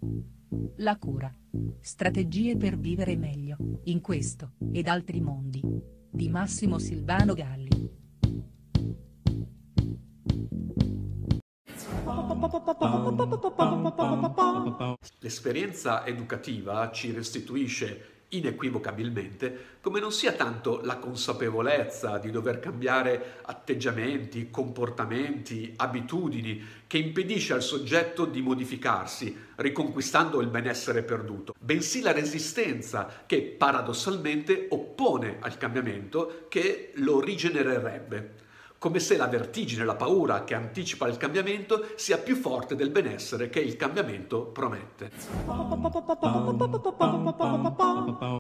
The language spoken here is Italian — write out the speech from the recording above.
La cura. Strategie per vivere meglio, in questo, ed altri mondi. Di Massimo Silvano Galli. L'esperienza educativa ci restituisce inequivocabilmente come non sia tanto la consapevolezza di dover cambiare atteggiamenti, comportamenti, abitudini, che impedisce al soggetto di modificarsi, riconquistando il benessere perduto, bensì la resistenza che paradossalmente oppone al cambiamento che lo rigenererebbe. Come se la vertigine, la paura che anticipa il cambiamento sia più forte del benessere che il cambiamento promette.